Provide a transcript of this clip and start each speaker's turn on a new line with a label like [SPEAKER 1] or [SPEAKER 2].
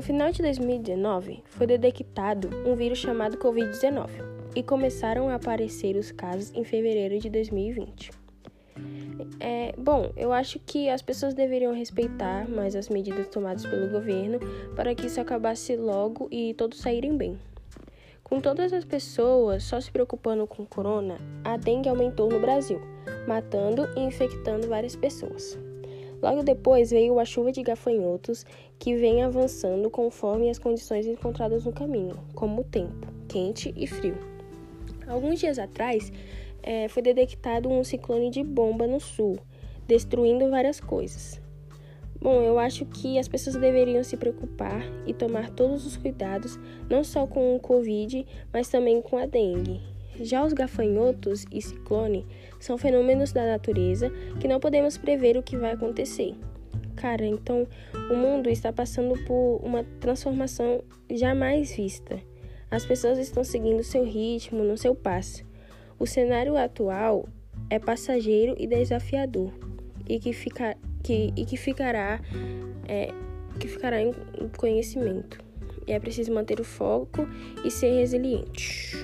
[SPEAKER 1] No final de 2019, foi detectado um vírus chamado Covid-19 e começaram a aparecer os casos em fevereiro de 2020. Eu acho que as pessoas deveriam respeitar mais as medidas tomadas pelo governo para que isso acabasse logo e todos saírem bem. Com todas as pessoas só se preocupando com o corona, a dengue aumentou no Brasil, matando e infectando várias pessoas. Logo depois veio a chuva de gafanhotos, que vem avançando conforme as condições encontradas no caminho, como o tempo, quente e frio. Alguns dias atrás, foi detectado um ciclone de bomba no sul, destruindo várias coisas. Eu acho que as pessoas deveriam se preocupar e tomar todos os cuidados, não só com o Covid, mas também com a dengue. Já os gafanhotos e ciclone são fenômenos da natureza que não podemos prever o que vai acontecer. Então o mundo está passando por uma transformação jamais vista. As pessoas estão seguindo seu ritmo, no seu passo. O cenário atual é passageiro e desafiador e que ficará em conhecimento. E é preciso manter o foco e ser resiliente.